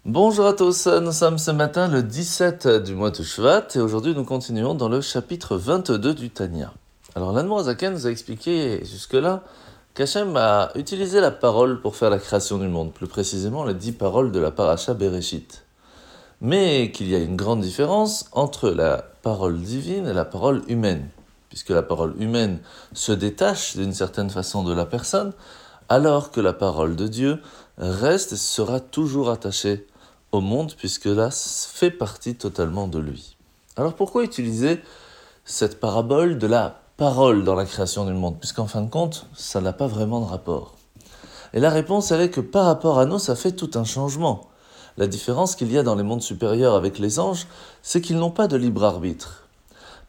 Bonjour à tous, nous sommes ce matin le 17 du mois de Shvat et aujourd'hui nous continuons dans le chapitre 22 du Tanya. Alors l'Admor Zaken nous a expliqué jusque-là qu'Hachem a utilisé la parole pour faire la création du monde, plus précisément les 10 paroles de la Parasha Bereshit. Mais qu'il y a une grande différence entre la parole divine et la parole humaine, puisque la parole humaine se détache d'une certaine façon de la personne, alors que la parole de Dieu reste et sera toujours attachée au monde, puisque là fait partie totalement de lui. Alors pourquoi utiliser cette parabole de la parole dans la création du monde, puisqu'en fin de compte, ça n'a pas vraiment de rapport. Et la réponse, elle est que par rapport à nous, ça fait tout un changement. La différence qu'il y a dans les mondes supérieurs avec les anges, c'est qu'ils n'ont pas de libre arbitre. Pourquoi ?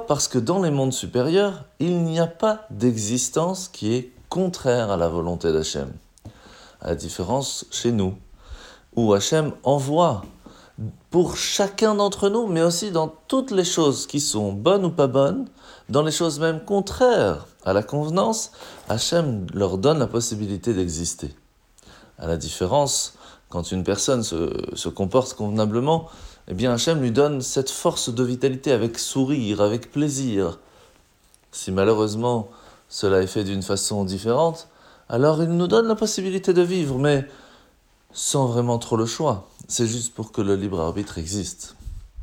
Parce que dans les mondes supérieurs, il n'y a pas d'existence qui est contraire à la volonté d'Hachem. À la différence chez nous, où Hachem envoie pour chacun d'entre nous, mais aussi dans toutes les choses qui sont bonnes ou pas bonnes, dans les choses même contraires à la convenance, Hachem leur donne la possibilité d'exister. À la différence, quand une personne se comporte convenablement, eh bien Hachem lui donne cette force de vitalité avec sourire, avec plaisir. Si malheureusement cela est fait d'une façon différente, alors il nous donne la possibilité de vivre, mais sans vraiment trop le choix. C'est juste pour que le libre arbitre existe.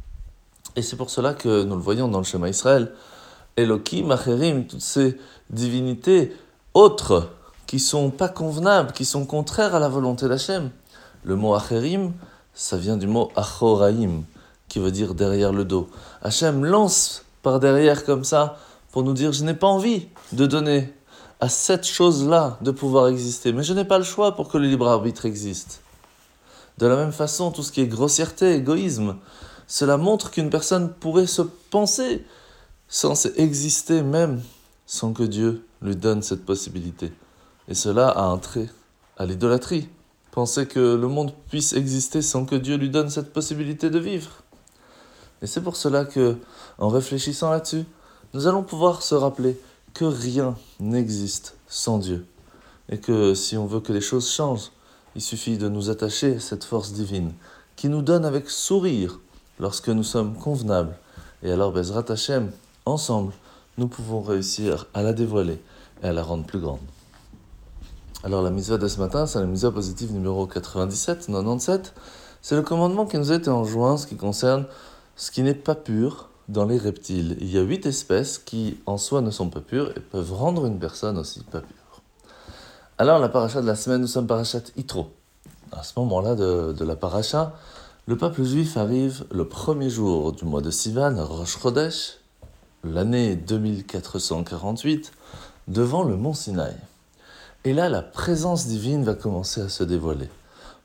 Et c'est pour cela que nous le voyons dans le Shema Israël, Elohim, Acherim, toutes ces divinités autres qui sont pas convenables, qui sont contraires à la volonté d'Hachem. Le mot Acherim, ça vient du mot Achoraim, qui veut dire derrière le dos. Hachem lance par derrière comme ça pour nous dire « Je n'ai pas envie de donner à cette chose-là de pouvoir exister, mais je n'ai pas le choix pour que le libre arbitre existe. » De la même façon, tout ce qui est grossièreté, égoïsme, cela montre qu'une personne pourrait se penser censée exister même sans que Dieu lui donne cette possibilité. Et cela a un trait à l'idolâtrie. Penser que le monde puisse exister sans que Dieu lui donne cette possibilité de vivre. Et c'est pour cela que, en réfléchissant là-dessus, nous allons pouvoir se rappeler que rien n'existe sans Dieu. Et que si on veut que les choses changent, il suffit de nous attacher à cette force divine qui nous donne avec sourire lorsque nous sommes convenables. Et alors, Bezrat Hashem, ensemble, nous pouvons réussir à la dévoiler et à la rendre plus grande. Alors la mitzvah de ce matin, c'est la mitzvah positive numéro 97. C'est le commandement qui nous a été enjoint, ce qui concerne ce qui n'est pas pur dans les reptiles. Il y a 8 espèces qui en soi ne sont pas pures et peuvent rendre une personne aussi pas pure. Alors la paracha de la semaine, nous sommes parachat Yitro. À ce moment-là de la paracha, le peuple juif arrive le premier jour du mois de Sivan, Rosh Chodesh, l'année 2448, devant le mont Sinaï. Et là, la présence divine va commencer à se dévoiler. Pourquoi ?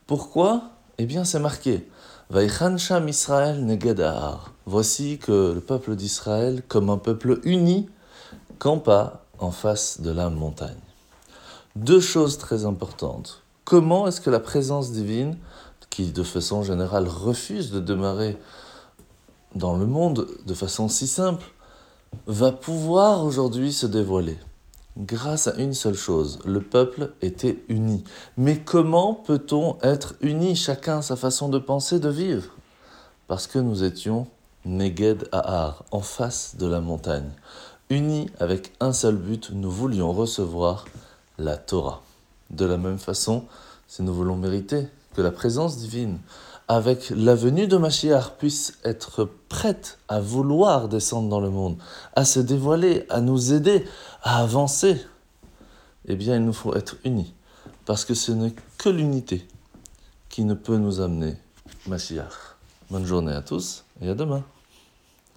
Eh bien, c'est marqué « Vaïchan Sham Israël neged ha'ar » Voici que le peuple d'Israël, comme un peuple uni, campa en face de la montagne. 2 choses très importantes. Comment est-ce que la présence divine, qui de façon générale refuse de demeurer dans le monde de façon si simple, va pouvoir aujourd'hui se dévoiler ? Grâce à une seule chose, le peuple était uni. Mais comment peut-on être unis, chacun sa façon de penser, de vivre ? Parce que nous étions Neged Ahar, en face de la montagne. Unis avec un seul but, nous voulions recevoir la Torah. De la même façon, si nous voulons mériter que la présence divine, avec la venue de Mashiach, puisse être prête à vouloir descendre dans le monde, à se dévoiler, à nous aider, à avancer, eh bien il nous faut être unis. Parce que ce n'est que l'unité qui ne peut nous amener Mashiach. Bonne journée à tous et à demain.